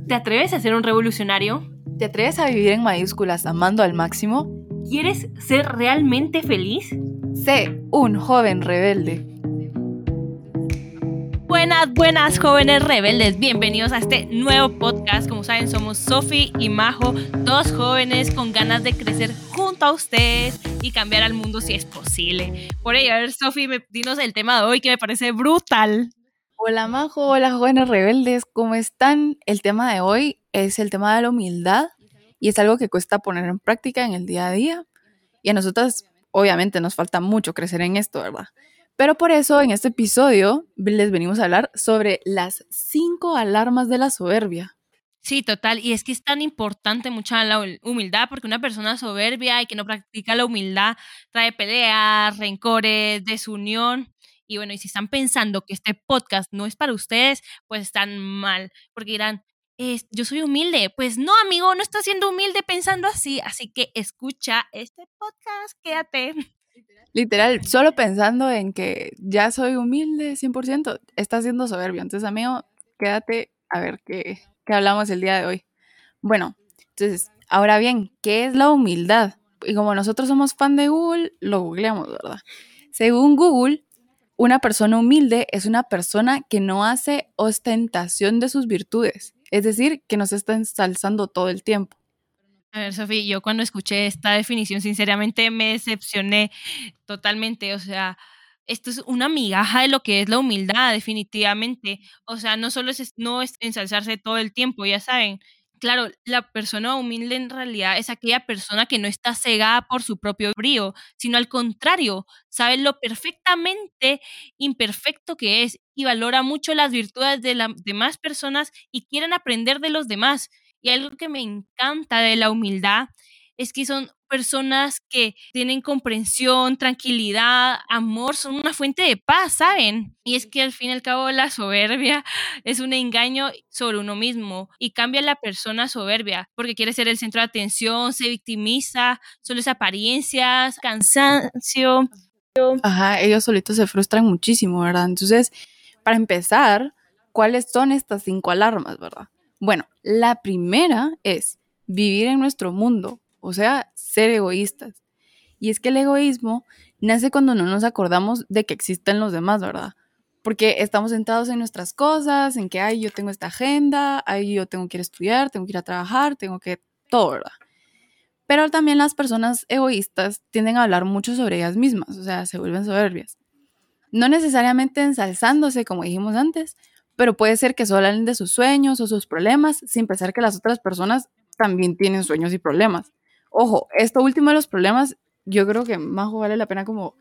¿Te atreves a ser un revolucionario? ¿Te atreves a vivir en mayúsculas amando al máximo? ¿Quieres ser realmente feliz? Sé un joven rebelde. Buenas jóvenes rebeldes, bienvenidos a este nuevo podcast. Como saben, somos Sofi y Majo, dos jóvenes con ganas de crecer junto a ustedes y cambiar al mundo si es posible. Por ello, a ver, Sofi, dinos el tema de hoy que me parece brutal. Hola Majo, hola jóvenes rebeldes, ¿cómo están? El tema de hoy es el tema de la humildad y es algo que cuesta poner en práctica en el día a día. Y a nosotras, obviamente, nos falta mucho crecer en esto, ¿verdad? Pero por eso, en este episodio, les venimos a hablar sobre las 5 alarmas de la soberbia. Sí, total, y es que es tan importante mucha la humildad, porque una persona soberbia y que no practica la humildad trae peleas, rencores, desunión. Y bueno, y si están pensando que este podcast no es para ustedes, pues están mal, porque dirán, yo soy humilde. Pues no, amigo, no estás siendo humilde pensando así que escucha este podcast, quédate. Literal, solo pensando en que ya soy humilde 100%, estás siendo soberbio. Entonces, amigo, quédate a ver qué hablamos el día de hoy. Bueno, entonces, ahora bien, ¿qué es la humildad? Y como nosotros somos fan de Google, lo googleamos, ¿verdad? Según Google, una persona humilde es una persona que no hace ostentación de sus virtudes, es decir, que no se está ensalzando todo el tiempo. A ver, Sofía, yo cuando escuché esta definición, sinceramente me decepcioné totalmente. O sea, esto es una migaja de lo que es la humildad, definitivamente. O sea, no solo no es ensalzarse todo el tiempo, ya saben. Claro, la persona humilde en realidad es aquella persona que no está cegada por su propio brío, sino al contrario, sabe lo perfectamente imperfecto que es y valora mucho las virtudes de las demás personas y quieren aprender de los demás. Y algo que me encanta de la humildad es que son personas que tienen comprensión, tranquilidad, amor, son una fuente de paz, ¿saben? Y es que al fin y al cabo la soberbia es un engaño sobre uno mismo y cambia a la persona soberbia porque quiere ser el centro de atención, se victimiza, solo es apariencias, cansancio. Ajá, ellos solitos se frustran muchísimo, ¿verdad? Entonces, para empezar, ¿cuáles son estas 5 alarmas, verdad? Bueno, la primera es vivir en nuestro mundo, o sea, ser egoístas. Y es que el egoísmo nace cuando no nos acordamos de que existen los demás, ¿verdad? Porque estamos centrados en nuestras cosas, en que, ay, yo tengo esta agenda, ay, yo tengo que ir a estudiar, tengo que ir a trabajar, tengo que todo, ¿verdad? Pero también las personas egoístas tienden a hablar mucho sobre ellas mismas, o sea, se vuelven soberbias. No necesariamente ensalzándose, como dijimos antes, pero puede ser que solo hablen de sus sueños o sus problemas, sin pensar que las otras personas también tienen sueños y problemas. Ojo, esto último de los problemas, yo creo que más vale la pena como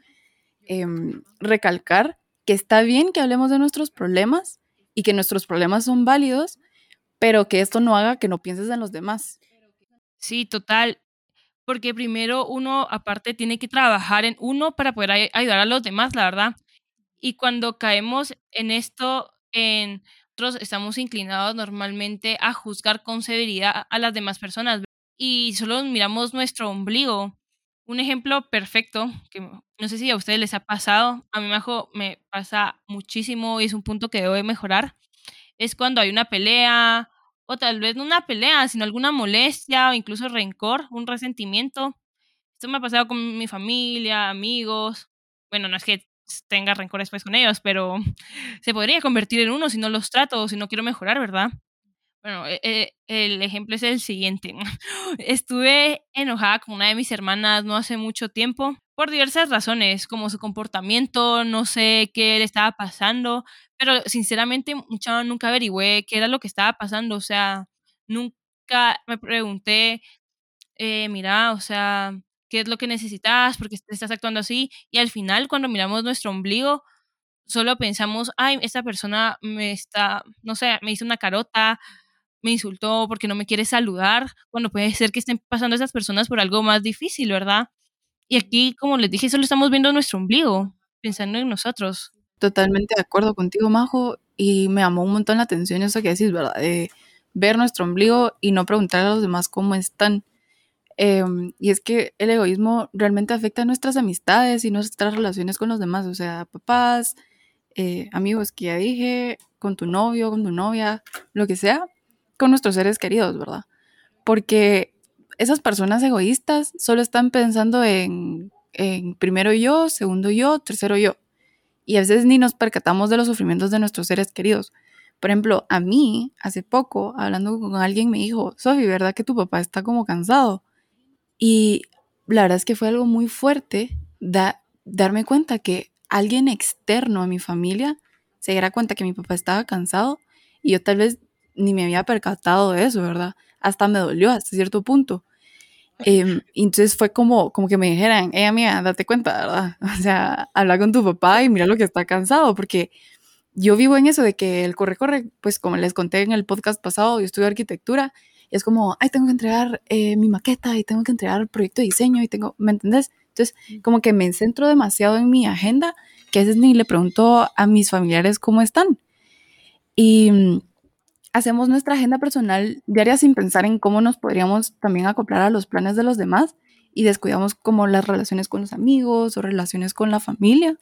recalcar que está bien que hablemos de nuestros problemas y que nuestros problemas son válidos, pero que esto no haga que no pienses en los demás. Sí, total. Porque primero uno aparte tiene que trabajar en uno para poder ayudar a los demás, la verdad. Y cuando caemos en esto, nosotros estamos inclinados normalmente a juzgar con severidad a las demás personas y solo miramos nuestro ombligo. Un ejemplo perfecto, que no sé si a ustedes les ha pasado, a mí me pasa muchísimo y es un punto que debo de mejorar, es cuando hay una pelea, o tal vez no una pelea, sino alguna molestia o incluso rencor, un resentimiento. Esto me ha pasado con mi familia, amigos. Bueno, no es que tenga rencor después con ellos, pero se podría convertir en uno si no los trato o si no quiero mejorar, ¿verdad? Bueno, el ejemplo es el siguiente. Estuve enojada con una de mis hermanas no hace mucho tiempo por diversas razones, como su comportamiento, no sé qué le estaba pasando, pero sinceramente nunca averigüé qué era lo que estaba pasando, o sea, nunca me pregunté, mira, o sea, ¿qué es lo que necesitas? ¿Por qué te estás actuando así? Y al final, cuando miramos nuestro ombligo, solo pensamos, ay, esta persona no sé, me hizo una carota, me insultó porque no me quiere saludar, cuando puede ser que estén pasando esas personas por algo más difícil, ¿verdad? Y aquí, como les dije, solo estamos viendo nuestro ombligo, pensando en nosotros. Totalmente de acuerdo contigo, Majo, y me llamó un montón la atención eso que decís, ¿verdad? De ver nuestro ombligo y no preguntar a los demás cómo están. Y es que el egoísmo realmente afecta a nuestras amistades y nuestras relaciones con los demás, o sea, papás, amigos que ya dije, con tu novio, con tu novia, lo que sea. con nuestros seres queridos, ¿verdad? Porque esas personas egoístas solo están pensando en primero yo, segundo yo, tercero yo. Y a veces ni nos percatamos de los sufrimientos de nuestros seres queridos. Por ejemplo, a mí, hace poco, hablando con alguien, me dijo, Sofi, ¿verdad que tu papá está como cansado? Y la verdad es que fue algo muy fuerte darme cuenta que alguien externo a mi familia se diera cuenta que mi papá estaba cansado y yo tal vez ni me había percatado de eso, ¿verdad? Hasta me dolió hasta cierto punto. Y entonces fue como que me dijeran, amiga, date cuenta, ¿verdad? O sea, habla con tu papá y mira lo que está cansado, porque yo vivo en eso de que el corre, pues como les conté en el podcast pasado, yo estudio arquitectura, y es como, ay, tengo que entregar mi maqueta y tengo que entregar el proyecto de diseño y tengo, ¿me entendés? Entonces, como que me centro demasiado en mi agenda, que a veces ni le pregunto a mis familiares cómo están. Y hacemos nuestra agenda personal diaria sin pensar en cómo nos podríamos también acoplar a los planes de los demás y descuidamos como las relaciones con los amigos o relaciones con la familia.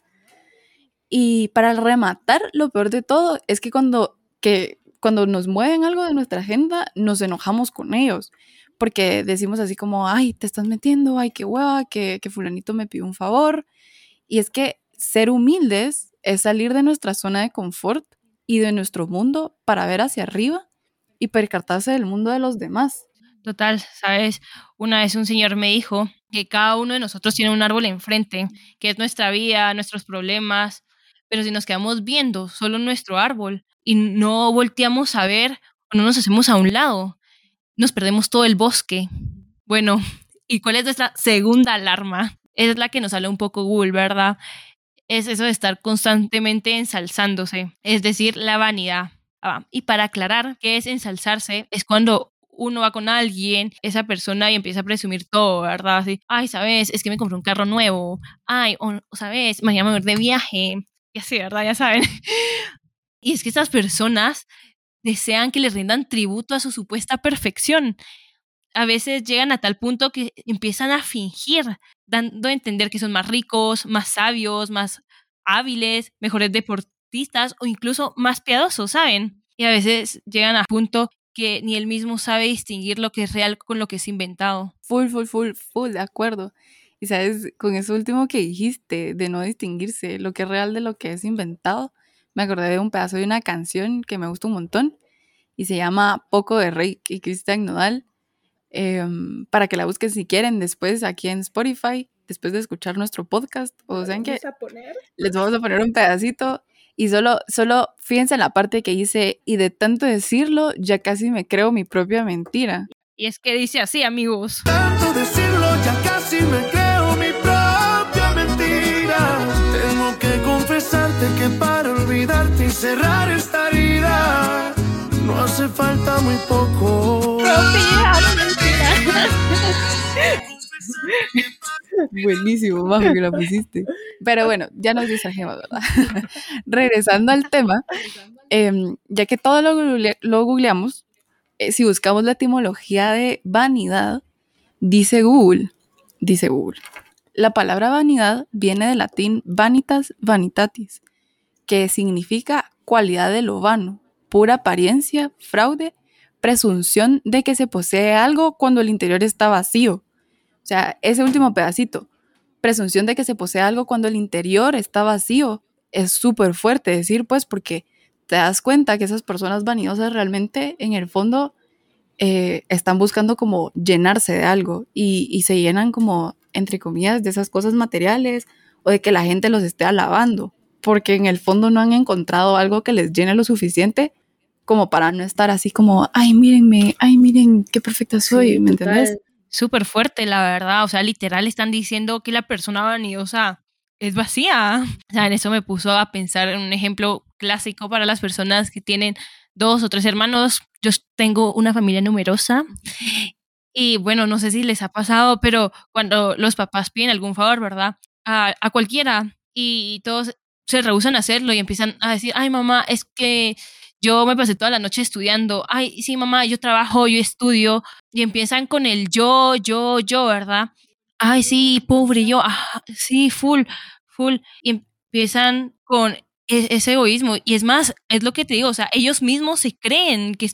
Y para rematar, lo peor de todo es que cuando nos mueven algo de nuestra agenda, nos enojamos con ellos. Porque decimos así como, ay, te estás metiendo, ay, qué hueva, que fulanito me pidió un favor. Y es que ser humildes es salir de nuestra zona de confort y de nuestro mundo para ver hacia arriba y percatarse del mundo de los demás. Total, ¿sabes? Una vez un señor me dijo que cada uno de nosotros tiene un árbol enfrente, que es nuestra vida, nuestros problemas, pero si nos quedamos viendo solo nuestro árbol y no volteamos a ver o no nos hacemos a un lado, nos perdemos todo el bosque. Bueno, ¿y cuál es nuestra segunda alarma? Es la que nos habla un poco Google, ¿verdad? Es eso de estar constantemente ensalzándose, es decir, la vanidad. Y para aclarar qué es ensalzarse, es cuando uno va con alguien, esa persona, y empieza a presumir todo, ¿verdad? Así, ay, ¿sabes? Es que me compré un carro nuevo. Ay, o ¿sabes? Mañana me voy de viaje. Y así, ¿verdad? Ya saben. Y es que estas personas desean que les rindan tributo a su supuesta perfección. A veces llegan a tal punto que empiezan a fingir, dando a entender que son más ricos, más sabios, más hábiles, mejores deportistas o incluso más piadosos, ¿saben? Y a veces llegan a punto que ni él mismo sabe distinguir lo que es real con lo que es inventado. Full, de acuerdo. Y sabes, con eso último que dijiste, de no distinguirse lo que es real de lo que es inventado, me acordé de un pedazo de una canción que me gusta un montón y se llama Poco de Rey y Cristian Nodal. Para que la busquen si quieren después aquí en Spotify, después de escuchar nuestro podcast. O sea, que les vamos a poner un pedacito y solo fíjense en la parte que dice, y de tanto decirlo, ya casi me creo mi propia mentira. Y es que dice así, amigos. Tanto decirlo, ya casi me creo mi propia mentira. Tengo que confesarte que para olvidarte y cerrar esta herida, no hace falta muy poco. Buenísimo, Majo, que la pusiste. Pero bueno, ya nos distrajimos, ¿verdad? Regresando al tema, ya que todo lo googleamos, si buscamos la etimología de vanidad, dice Google, la palabra vanidad viene del latín vanitas vanitatis, que significa cualidad de lo vano, pura apariencia, fraude, presunción de que se posee algo cuando el interior está vacío. O sea, ese último pedacito, presunción de que se posee algo cuando el interior está vacío, es súper fuerte decir, pues, porque te das cuenta que esas personas vanidosas realmente en el fondo están buscando como llenarse de algo y se llenan como, entre comillas, de esas cosas materiales o de que la gente los esté alabando, porque en el fondo no han encontrado algo que les llene lo suficiente como para no estar así como, ay, mírenme, ay, miren qué perfecta soy, sí, ¿me entiendes? Súper fuerte, la verdad. O sea, literal están diciendo que la persona vanidosa es vacía. O sea, en eso me puso a pensar en un ejemplo clásico para las personas que tienen 2 o 3 hermanos. Yo tengo una familia numerosa y bueno, no sé si les ha pasado, pero cuando los papás piden algún favor, ¿verdad? A cualquiera y todos se rehúsan a hacerlo y empiezan a decir, ay mamá, es que yo me pasé toda la noche estudiando. Ay, sí mamá, yo trabajo, yo estudio. Y empiezan con el yo, ¿verdad? Ay, sí, pobre yo. Sí, full. Y empiezan con ese egoísmo. Y es más, es lo que te digo, o sea, ellos mismos se creen que están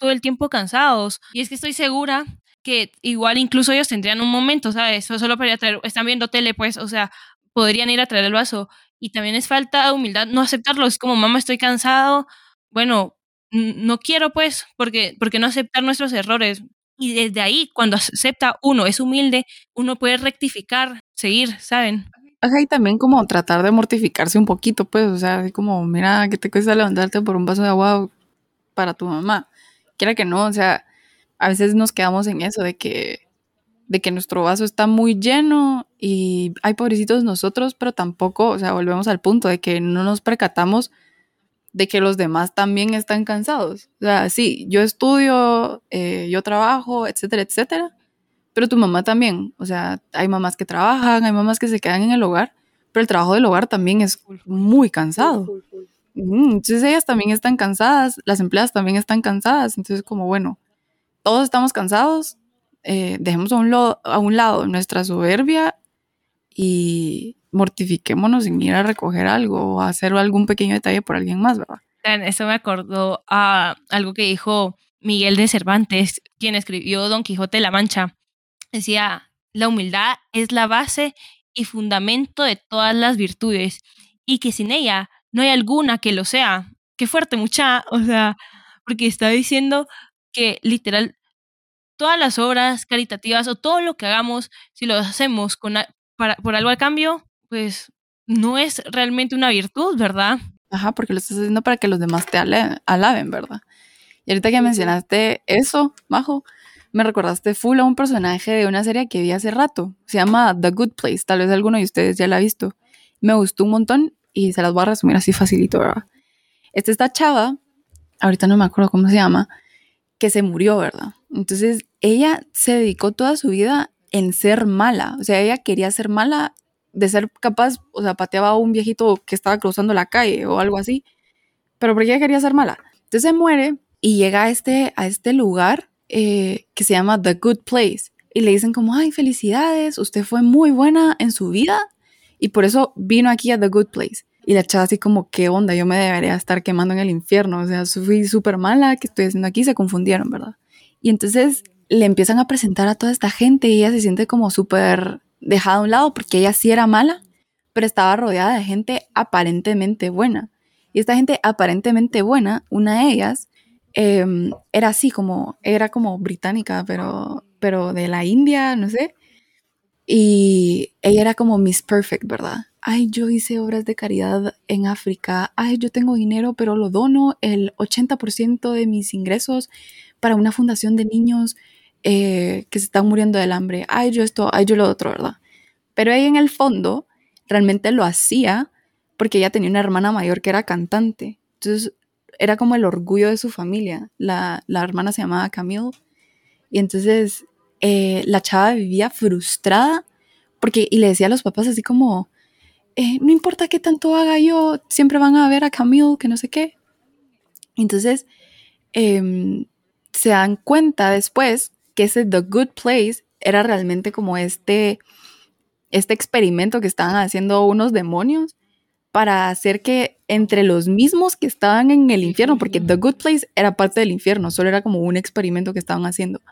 todo el tiempo cansados. Y es que estoy segura que igual incluso ellos tendrían un momento, ¿sabes? Solo para ir a traer, están viendo tele, pues, o sea, podrían ir a traer el vaso. Y también es falta de humildad no aceptarlo. Es como, mamá, estoy cansado. Bueno, no quiero, pues, porque no aceptar nuestros errores. Y desde ahí, cuando acepta uno, es humilde, uno puede rectificar, seguir, ¿saben? Ajá, y también como tratar de mortificarse un poquito, pues, o sea, así como, mira, que te cuesta levantarte por un vaso de agua para tu mamá. Quiera que no, o sea, a veces nos quedamos en eso de que nuestro vaso está muy lleno y hay pobrecitos nosotros, pero tampoco, o sea, volvemos al punto de que no nos percatamos de que los demás también están cansados. O sea, sí, yo estudio, yo trabajo, etcétera, etcétera, pero tu mamá también. O sea, hay mamás que trabajan, hay mamás que se quedan en el hogar, pero el trabajo del hogar también es muy cansado. Entonces ellas también están cansadas, las empleadas también están cansadas, entonces como bueno, todos estamos cansados, dejemos a un lado nuestra soberbia y mortifiquémonos en ir a recoger algo o hacer algún pequeño detalle por alguien más, ¿verdad? Eso me acordó a algo que dijo Miguel de Cervantes, quien escribió Don Quijote de la Mancha. Decía, la humildad es la base y fundamento de todas las virtudes y que sin ella no hay alguna que lo sea. Qué fuerte, mucha, o sea, porque está diciendo que literal todas las obras caritativas o todo lo que hagamos, si lo hacemos por algo a cambio, pues no es realmente una virtud, ¿verdad? Ajá, porque lo estás haciendo para que los demás te alaben, ¿verdad? Y ahorita que mencionaste eso, Majo, me recordaste full a un personaje de una serie que vi hace rato. Se llama The Good Place. Tal vez alguno de ustedes ya la ha visto. Me gustó un montón y se las voy a resumir así facilito, ¿verdad? Esta chava, ahorita no me acuerdo cómo se llama, que se murió, ¿verdad? Entonces ella se dedicó toda su vida en ser mala. O sea, ella quería ser mala, de ser capaz, o sea, pateaba a un viejito que estaba cruzando la calle o algo así, pero porque ella quería ser mala. Entonces se muere y llega a este lugar que se llama The Good Place y le dicen como, ay, felicidades, usted fue muy buena en su vida y por eso vino aquí a The Good Place. Y la chava así como, ¿qué onda? Yo me debería estar quemando en el infierno, o sea, fui súper mala, ¿qué estoy haciendo aquí? Se confundieron, ¿verdad? Y entonces le empiezan a presentar a toda esta gente y ella se siente como súper dejada a un lado porque ella sí era mala, pero estaba rodeada de gente aparentemente buena. Y esta gente aparentemente buena, una de ellas, era así como, era como británica, pero de la India, no sé. Y ella era como Miss Perfect, ¿verdad? Ay, yo hice obras de caridad en África. Ay, yo tengo dinero, pero lo dono el 80% de mis ingresos para una fundación de niños que se están muriendo del hambre. Ay, yo esto, ay, yo lo otro, ¿verdad? Pero ella en el fondo realmente lo hacía porque ella tenía una hermana mayor que era cantante. Entonces era como el orgullo de su familia. La hermana se llamaba Camille. Y entonces la chava vivía frustrada porque, y le decía a los papás así como, no importa qué tanto haga yo, siempre van a ver a Camille, que no sé qué. Entonces se dan cuenta después que ese The Good Place era realmente como este experimento que estaban haciendo unos demonios para hacer que entre los mismos que estaban en el infierno, porque The Good Place era parte del infierno, solo era como un experimento que estaban haciendo,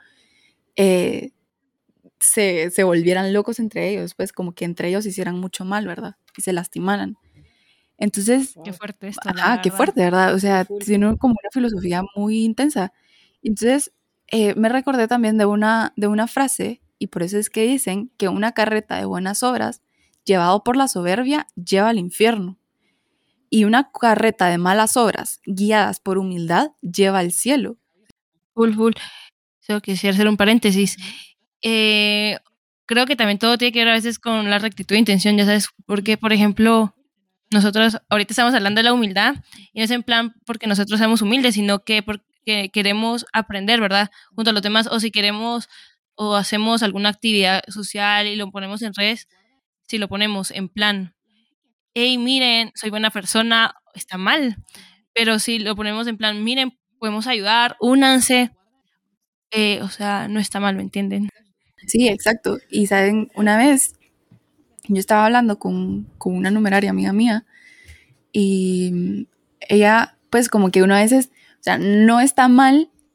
se volvieran locos entre ellos, pues como que entre ellos hicieran mucho mal, ¿verdad? Y se lastimaran. Entonces, Qué fuerte esto, ajá, qué fuerte, ¿verdad? O sea, tiene como una filosofía muy intensa. Entonces, me recordé también de una frase, y por eso es que dicen que una carreta de buenas obras, llevado por la soberbia, lleva al infierno. Y una carreta de malas obras, guiadas por humildad, lleva al cielo. Full. Solo quisiera hacer un paréntesis. Creo que también todo tiene que ver a veces con la rectitud de intención, ya sabes, porque, por ejemplo, nosotros ahorita estamos hablando de la humildad y no es en plan porque nosotros seamos humildes, sino que porque queremos aprender, ¿verdad? Junto a los demás, o si queremos o hacemos alguna actividad social y lo ponemos en redes, si lo ponemos en plan, hey, miren, soy buena persona, está mal, pero si lo ponemos en plan, miren, podemos ayudar, únanse, o sea, no está mal, ¿me entienden? Sí, exacto. Y saben, una vez yo estaba hablando con una numeraria amiga mía y ella, pues como que uno a veces, o sea, no está mal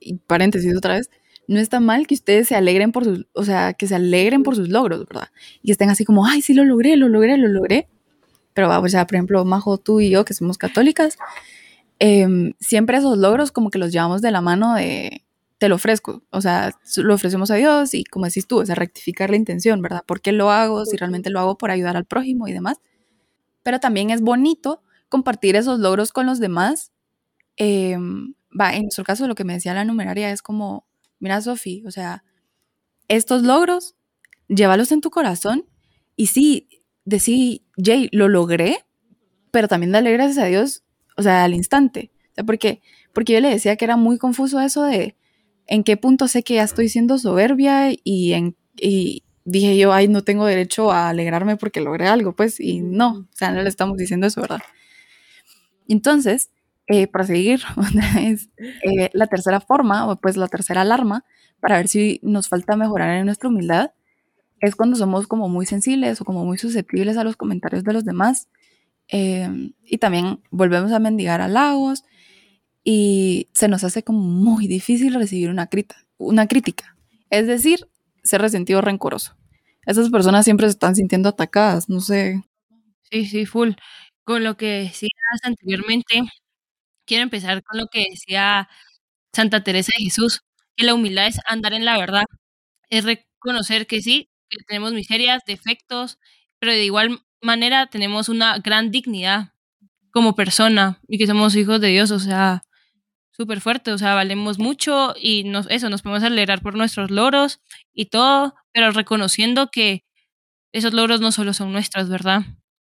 y paréntesis otra vez, no está mal que ustedes se alegren por sus, o sea, que se alegren por sus logros, ¿verdad? Y estén así como, ay, sí, lo logré, lo logré, lo logré. Pero, o sea, por ejemplo, Majo, tú y yo, que somos católicas, siempre esos logros como que los llevamos de la mano de, te lo ofrezco, o sea, lo ofrecemos a Dios y como decís tú, o sea, rectificar la intención, ¿verdad? ¿Por qué lo hago? Si realmente lo hago por ayudar al prójimo y demás. Pero también es bonito compartir esos logros con los demás. En nuestro caso, lo que me decía la numeraria es como, mira, Sofi, o sea, estos logros, llévalos en tu corazón y sí, decí, Jay, lo logré, pero también dale gracias a Dios, o sea, al instante. O sea, porque yo le decía que era muy confuso eso de en qué punto sé que ya estoy siendo soberbia y dije yo, ay, no tengo derecho a alegrarme porque logré algo, pues, y no, o sea, no le estamos diciendo eso, ¿verdad? Entonces, para seguir otra vez, la tercera forma, o pues la tercera alarma, para ver si nos falta mejorar en nuestra humildad, es cuando somos como muy sensibles o como muy susceptibles a los comentarios de los demás. Y también volvemos a mendigar halagos y se nos hace como muy difícil recibir una crítica. Es decir, ser resentido o rencoroso. Esas personas siempre se están sintiendo atacadas, no sé. Sí, full. Con lo que decías anteriormente, quiero empezar con lo que decía Santa Teresa de Jesús, que la humildad es andar en la verdad, es reconocer que sí, que tenemos miserias, defectos, pero de igual manera tenemos una gran dignidad como persona y que somos hijos de Dios, o sea, súper fuerte, o sea, valemos mucho y nos podemos alegrar por nuestros logros y todo, pero reconociendo que esos logros no solo son nuestros, ¿verdad?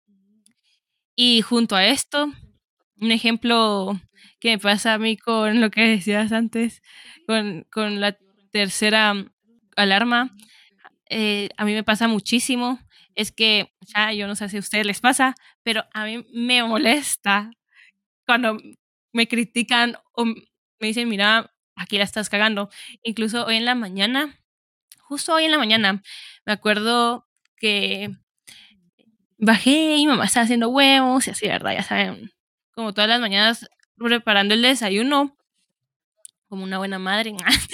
Y junto a esto, un ejemplo que me pasa a mí con lo que decías antes, con la tercera alarma, a mí me pasa muchísimo, es que, ya, yo no sé si a ustedes les pasa, pero a mí me molesta cuando me critican o me dicen, mira, aquí la estás cagando. Incluso hoy en la mañana, justo hoy en la mañana, me acuerdo que bajé y mamá estaba haciendo huevos y así, ¿verdad? Ya saben, como todas las mañanas preparando el desayuno, como una buena madre.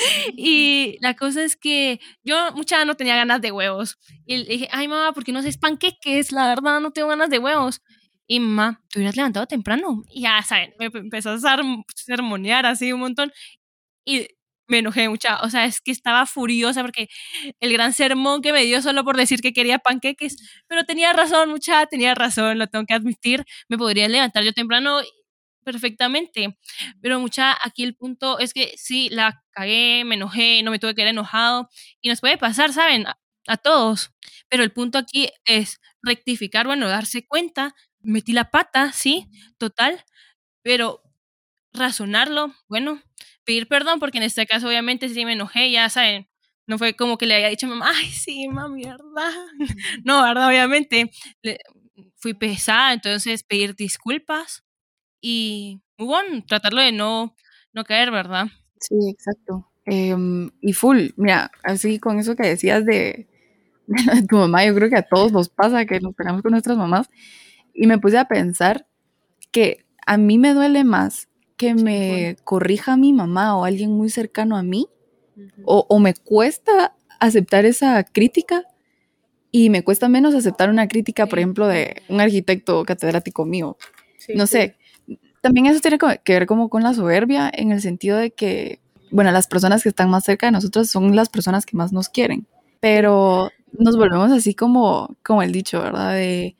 Y la cosa es que yo no tenía ganas de huevos. Y le dije, ay mamá, ¿por qué no haces panqueques? La verdad, no tengo ganas de huevos. Y mamá, te hubieras levantado temprano. Y ya saben, me empezó a sermonear así un montón. Y me enojé mucho. O sea, es que estaba furiosa porque el gran sermón que me dio solo por decir que quería panqueques. Pero tenía razón, tenía razón, lo tengo que admitir. Me podría levantar yo temprano perfectamente. Pero aquí el punto es que sí, la cagué, me enojé, no me tuve que quedar enojado. Y nos puede pasar, ¿saben? A todos. Pero el punto aquí es rectificar, bueno, darse cuenta, metí la pata, sí, total, pero razonarlo, bueno, pedir perdón, porque en este caso obviamente sí me enojé, ya saben, no fue como que le haya dicho a mamá, ay, sí, mami, ¿verdad? No, ¿verdad? Obviamente fui pesada, entonces pedir disculpas y, bueno, tratarlo de no caer, ¿verdad? Sí, exacto. Y full, mira, así con eso que decías de tu mamá, yo creo que a todos nos pasa que nos peleamos con nuestras mamás. Y me puse a pensar que a mí me duele más que me corrija mi mamá o alguien muy cercano a mí, o me cuesta aceptar esa crítica y me cuesta menos aceptar una crítica, por ejemplo, de un arquitecto catedrático mío. No sé, también eso tiene que ver como con la soberbia en el sentido de que, bueno, las personas que están más cerca de nosotros son las personas que más nos quieren, pero nos volvemos así como el dicho, ¿verdad? De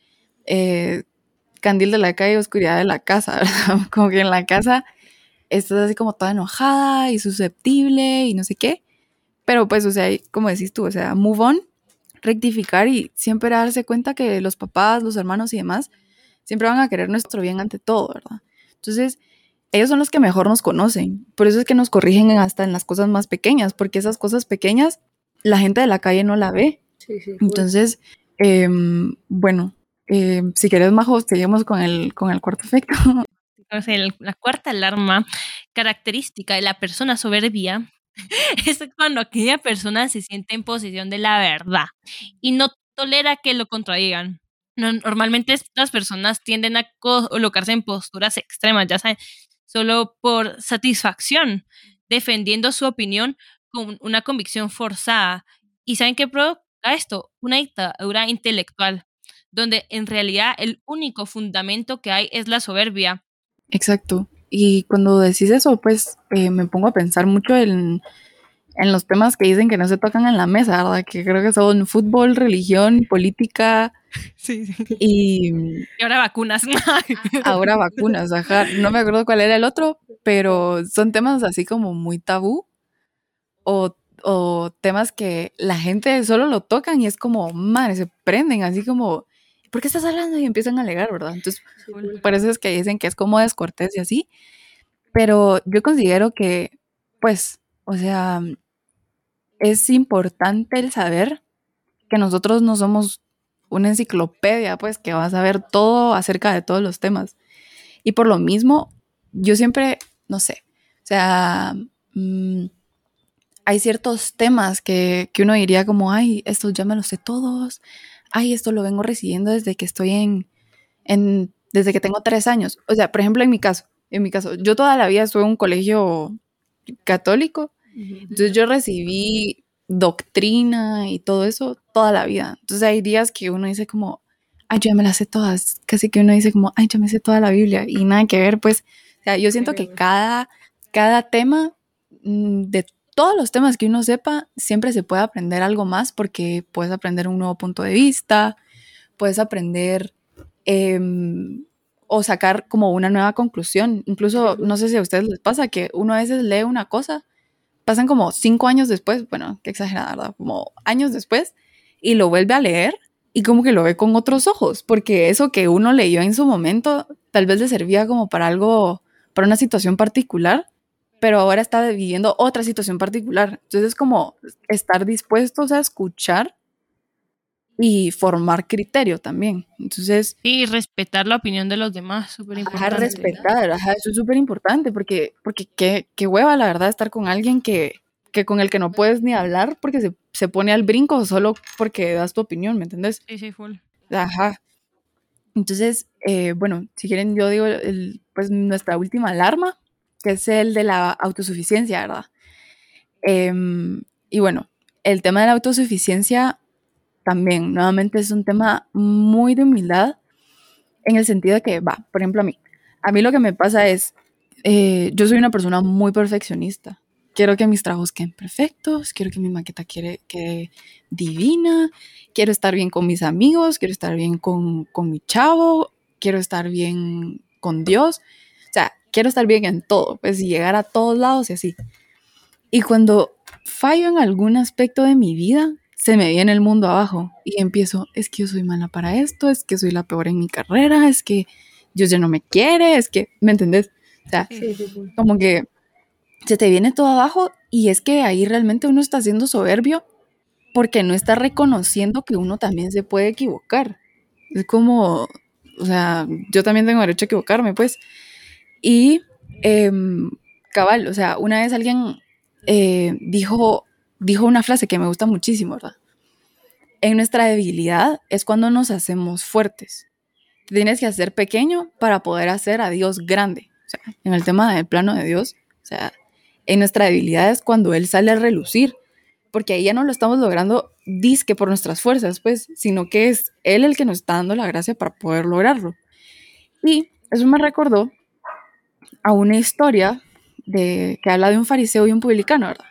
candil de la calle, oscuridad de la casa, ¿verdad? Como que en la casa estás así como toda enojada y susceptible y no sé qué, pero pues, o sea, como decís tú, o sea, move on, rectificar y siempre darse cuenta que los papás, los hermanos y demás siempre van a querer nuestro bien ante todo, ¿verdad? Entonces, ellos son los que mejor nos conocen. Por eso es que nos corrigen hasta en las cosas más pequeñas, porque esas cosas pequeñas la gente de la calle no la ve. Entonces, bueno, si querés, Majo, seguimos con el cuarto efecto. Entonces, la cuarta alarma característica de la persona soberbia es cuando aquella persona se siente en posición de la verdad y no tolera que lo contradigan. Normalmente estas personas tienden a colocarse en posturas extremas, ya saben, solo por satisfacción. defendiendo su opinión con una convicción forzada. ¿Y saben qué provoca esto? Una dictadura intelectual, donde en realidad el único fundamento que hay es la soberbia. Exacto. Y cuando decís eso, pues me pongo a pensar mucho en los temas que dicen que no se tocan en la mesa, ¿verdad? Que creo que son fútbol, religión, política Sí. y Y ahora vacunas. ahora vacunas, ajá. No me acuerdo cuál era el otro, pero son temas así como muy tabú o temas que la gente solo lo tocan y es como, madre, se prenden así como, ¿por qué estás hablando? Y empiezan a alegar, ¿verdad? Entonces, por eso es que dicen que es como descortés y así. Pero yo considero que, pues, o sea, es importante el saber que nosotros no somos una enciclopedia, pues, que va a saber todo acerca de todos los temas. Y por lo mismo, yo siempre, no sé, o sea, hay ciertos temas que uno diría como, ay, estos ya me los sé todos, ay, esto lo vengo recibiendo desde que estoy desde que tengo 3 años. O sea, por ejemplo, en mi caso, yo toda la vida estuve en un colegio católico, entonces yo recibí doctrina y todo eso toda la vida. Entonces hay días que uno dice como, ay, yo ya me las sé todas, casi que uno dice como, ay, ya me sé toda la Biblia y nada que ver, pues, o sea, yo siento que cada tema, de todos los temas que uno sepa, siempre se puede aprender algo más porque puedes aprender un nuevo punto de vista, puedes aprender o sacar como una nueva conclusión. Incluso, no sé si a ustedes les pasa que uno a veces lee una cosa, pasan como 5 años después, bueno, qué exagerada, ¿verdad? Como años después, y lo vuelve a leer y como que lo ve con otros ojos, porque eso que uno leyó en su momento tal vez le servía como para algo, para una situación particular, pero ahora está viviendo otra situación particular. Entonces es como estar dispuestos a escuchar y formar criterio también. Entonces, Sí, respetar la opinión de los demás, súper ajá, importante. respetar, ajá, eso es súper importante porque qué hueva, la verdad, estar con alguien que con el que no puedes ni hablar porque se pone al brinco solo porque das tu opinión, ¿me entendés? Sí, full. Ajá. Entonces, bueno, si quieren, yo digo pues nuestra última alarma, que es el de la autosuficiencia, ¿verdad? Y bueno, el tema de la autosuficiencia también, nuevamente, es un tema muy de humildad en el sentido de que, va, por ejemplo, a mí lo que me pasa es, yo soy una persona muy perfeccionista. Quiero que mis trabajos queden perfectos, quiero que mi maqueta quede divina, quiero estar bien con mis amigos, quiero estar bien con mi chavo, quiero estar bien con Dios. O sea, quiero estar bien en todo, pues, y llegar a todos lados y así. Y cuando fallo en algún aspecto de mi vida, se me viene el mundo abajo y empiezo, es que yo soy mala para esto, es que soy la peor en mi carrera, es que Dios ya no me quiere, es que, ¿me entendés? O sea, como que se te viene todo abajo y es que ahí realmente uno está siendo soberbio porque no está reconociendo que uno también se puede equivocar. Es como, o sea, yo también tengo derecho a equivocarme, pues. Y cabal, o sea, una vez alguien dijo una frase que me gusta muchísimo, ¿verdad? En nuestra debilidad es cuando nos hacemos fuertes. Te tienes que hacer pequeño para poder hacer a Dios grande. O sea, en el tema del plano de Dios, o sea, en nuestra debilidad es cuando Él sale a relucir, porque ahí ya no lo estamos logrando disque por nuestras fuerzas, pues, sino que es Él el que nos está dando la gracia para poder lograrlo. Y eso me recordó a una historia que habla de un fariseo y un publicano, ¿verdad?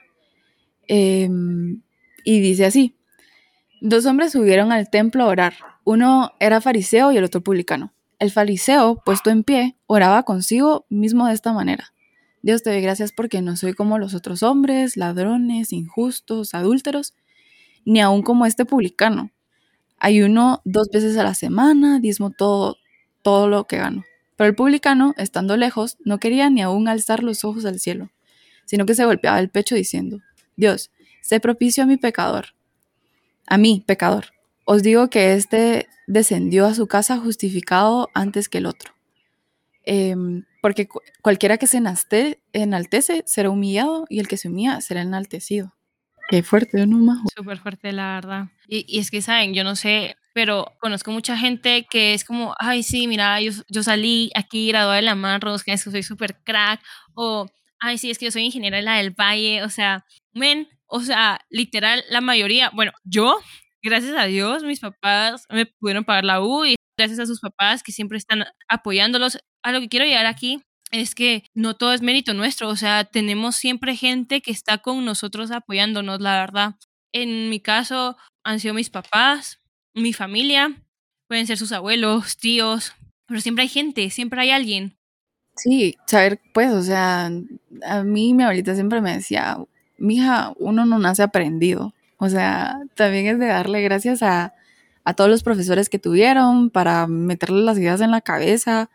Y dice así: 2 hombres subieron al templo a orar. Uno era fariseo y el otro publicano. El fariseo, puesto en pie, oraba consigo mismo de esta manera: Dios, te doy gracias porque no soy como los otros hombres, ladrones, injustos, adúlteros, ni aun como este publicano. Ayuno 2 veces a la semana, diezmo todo lo que gano. Pero el publicano, estando lejos, no quería ni aún alzar los ojos al cielo, sino que se golpeaba el pecho diciendo: Dios, sé propicio a mi pecador. A mí, pecador. Os digo que éste descendió a su casa justificado antes que el otro. Porque cualquiera que se enaltece será humillado, y el que se humilla será enaltecido. Qué fuerte, ¿no, Majo? Súper fuerte, la verdad. Y es que, ¿saben? Yo no sé, pero conozco mucha gente que es como, ay, sí, mira, yo salí aquí graduada de la Manros, que es que soy súper crack, o ay, sí, es que yo soy ingeniera de la del Valle, o sea, literal, la mayoría, bueno, yo, gracias a Dios, mis papás me pudieron pagar la U y gracias a sus papás que siempre están apoyándolos. A lo que quiero llegar aquí es que no todo es mérito nuestro, o sea, tenemos siempre gente que está con nosotros apoyándonos, la verdad. En mi caso, han sido mis papás, mi familia, pueden ser sus abuelos, tíos, pero siempre hay gente, siempre hay alguien. Sí, saber, pues, o sea, a mí mi abuelita siempre me decía, mija, uno no nace aprendido. O sea, también es de darle gracias a todos los profesores que tuvieron para meterle las ideas en la cabeza,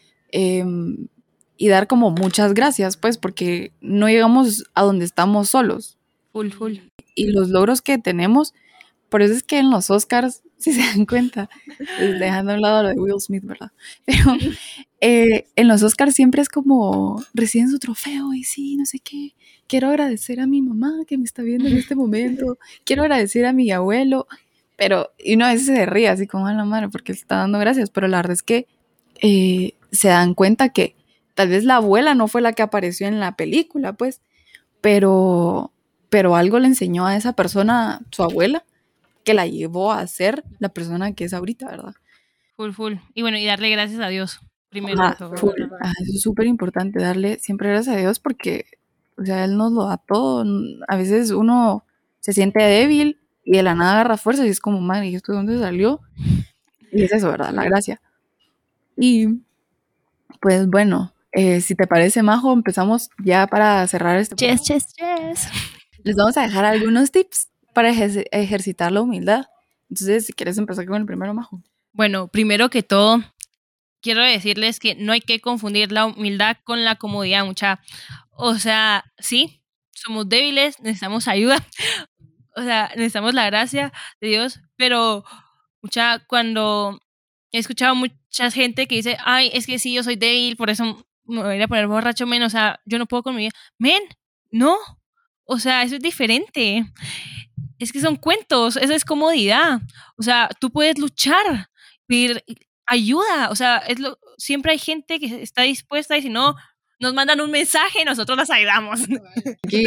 em, y dar como muchas gracias, pues, porque no llegamos a donde estamos solos. Full, full. Y los logros que tenemos, por eso es que en los Oscars, si se dan cuenta, dejando a un lado lo de Will Smith, ¿verdad? Pero en los Oscars siempre es como reciben su trofeo y sí, no sé qué. Quiero agradecer a mi mamá que me está viendo en este momento. Quiero agradecer a mi abuelo. Pero, y uno a veces se ríe así como a la madre porque le está dando gracias. Pero la verdad es que se dan cuenta que tal vez la abuela no fue la que apareció en la película, pues, pero, pero algo le enseñó a esa persona, su abuela, que la llevó a ser la persona que es ahorita, ¿verdad? Full, full. Y bueno, y darle gracias a Dios, primero que todo. Full. Eso es súper importante, darle siempre gracias a Dios porque, o sea, Él nos lo da todo. A veces uno se siente débil y de la nada agarra fuerza y es como, madre, ¿y esto de dónde salió? Y es eso, ¿verdad? La gracia. Y, pues bueno, si te parece, Majo, empezamos ya para cerrar este podcast. Yes. Les vamos a dejar algunos tips para ejercitar la humildad. Entonces, si quieres empezar con el primero, Majo. Bueno, primero que todo, quiero decirles que no hay que confundir la humildad con la comodidad, mucha. O sea, sí, somos débiles, necesitamos ayuda, o sea, necesitamos la gracia de Dios, pero mucha, cuando he escuchado mucha gente que dice, ay, es que sí, yo soy débil, por eso me voy a ir a poner borracho, men, o sea, yo no puedo con mi vida. Men, no, o sea, eso es diferente. Es que son cuentos, eso es comodidad. O sea, tú puedes luchar, pedir ayuda. O sea, siempre hay gente que está dispuesta y si no, nos mandan un mensaje y nosotros las ayudamos. Aquí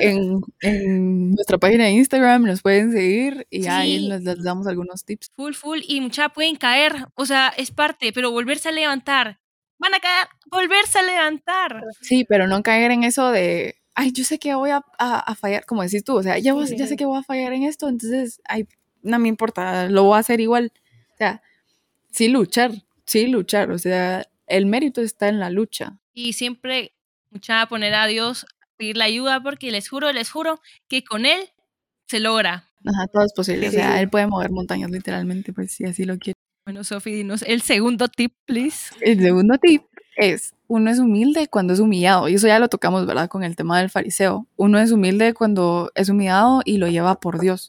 en nuestra página de Instagram nos pueden seguir y Sí. ahí les damos algunos tips. Full, y muchas pueden caer. O sea, es parte, pero volverse a levantar. Van a caer, volverse a levantar. Sí, pero no caer en eso de, ay, yo sé que voy a fallar, como decís tú, o sea, ya sé que voy a fallar en esto, entonces, ay, no me importa, lo voy a hacer igual. O sea, sí luchar, o sea, el mérito está en la lucha. Y siempre mucha poner a Dios, pedirle ayuda, porque les juro que con Él se logra. Ajá, todo es posible, o sea, Él puede mover montañas literalmente, pues si así lo quiere. Bueno, Sofi, dinos el segundo tip, please. El segundo tip es, uno es humilde cuando es humillado, y eso ya lo tocamos, ¿verdad? Con el tema del fariseo. Uno es humilde cuando es humillado y lo lleva por Dios.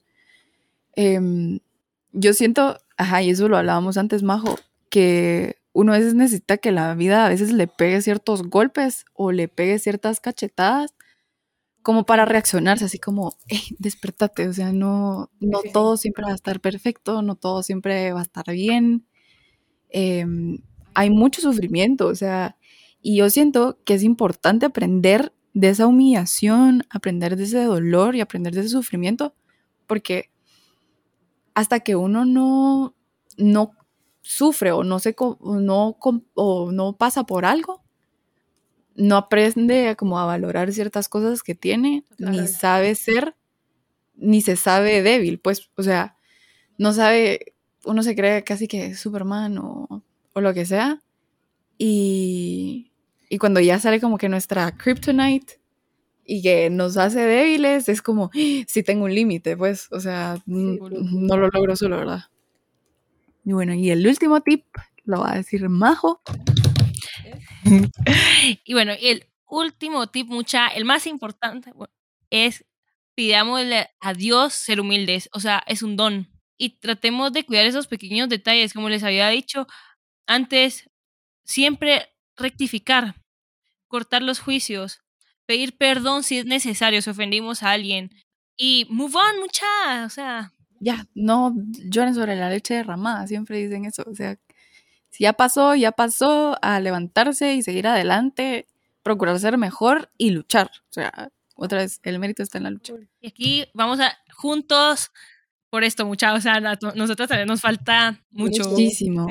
Yo siento, ajá, y eso lo hablábamos antes, Majo, que uno a veces necesita que la vida a veces le pegue ciertos golpes o le pegue ciertas cachetadas como para reaccionarse, así como, despertate, o sea, no todo siempre va a estar perfecto, no todo siempre va a estar bien. Hay mucho sufrimiento, o sea, y yo siento que es importante aprender de esa humillación, aprender de ese dolor y aprender de ese sufrimiento, porque hasta que uno no sufre o no pasa por algo, no aprende como a valorar ciertas cosas que tiene, ni sabe ser, ni se sabe débil, pues, o sea, no sabe, uno se cree casi que es Superman o lo que sea, y cuando ya sale como que nuestra kryptonite y que nos hace débiles, es como, sí tengo un límite, pues, o sea, no lo logro solo, ¿verdad? Y bueno, y el último tip lo va a decir Majo. Y bueno, el último tip, el más importante, es pidámosle a Dios ser humildes, o sea, es un don. Y tratemos de cuidar esos pequeños detalles, como les había dicho antes, siempre rectificar, cortar los juicios, pedir perdón si es necesario, si ofendimos a alguien. Y move on, mucha, o sea. Ya, no lloren sobre la leche derramada, siempre dicen eso, o sea, si ya pasó, a levantarse y seguir adelante, procurar ser mejor y luchar. O sea, otra vez, el mérito está en la lucha. Y aquí vamos a juntos por esto, muchachos. O sea, nosotros también nos falta mucho. Muchísimo.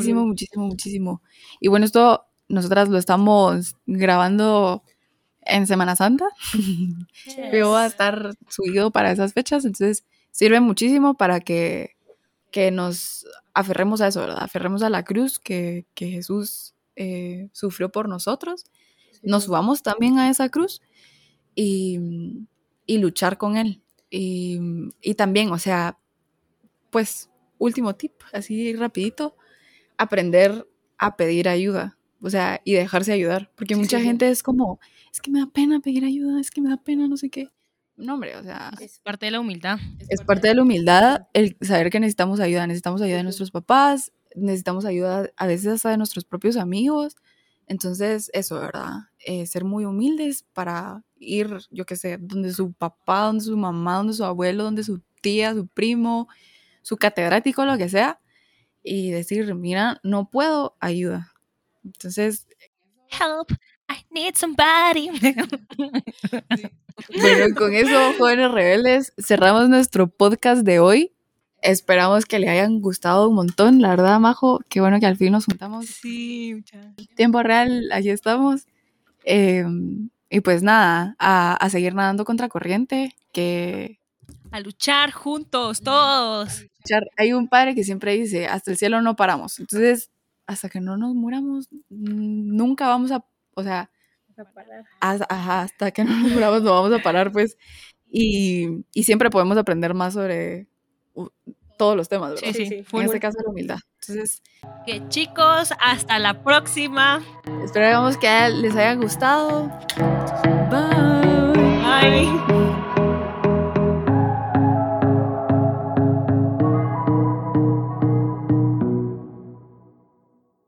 Y bueno, esto nosotras lo estamos grabando en Semana Santa. Pero va a estar subido para esas fechas, entonces sirve muchísimo para que nos aferremos a eso, ¿verdad? Aferremos a la cruz que Jesús sufrió por nosotros, nos subamos también a esa cruz y luchar con él. Y también, o sea, pues, último tip, así rapidito, aprender a pedir ayuda, o sea, y dejarse ayudar, porque mucha gente es como, es que me da pena pedir ayuda, es que me da pena no sé qué. No, hombre, o sea, Es parte de la humildad. es parte de la humildad el saber que necesitamos ayuda de nuestros papás, necesitamos ayuda a veces hasta de nuestros propios amigos. Entonces, eso, ¿verdad? Ser muy humildes para ir, yo qué sé, donde su papá, donde su mamá, donde su abuelo, donde su tía, su primo, su catedrático, lo que sea, y decir, mira, no puedo, ayuda. Entonces, help, I need somebody. Bueno, con eso, jóvenes rebeldes, cerramos nuestro podcast de hoy. Esperamos que le hayan gustado un montón, la verdad, Majo, qué bueno que al fin nos juntamos. Sí, muchas. Tiempo real, aquí estamos. Y pues nada, a seguir nadando contra corriente, que A luchar juntos, todos. hay un padre que siempre dice, hasta el cielo no paramos. Entonces, hasta que no nos muramos, nunca vamos a, o sea, hasta que no nos muramos no vamos a parar, pues. Y siempre podemos aprender más sobre todos los temas, ¿verdad? Sí. En este caso, la humildad. Entonces, Que chicos, hasta la próxima. esperamos que les haya gustado. Bye. Bye.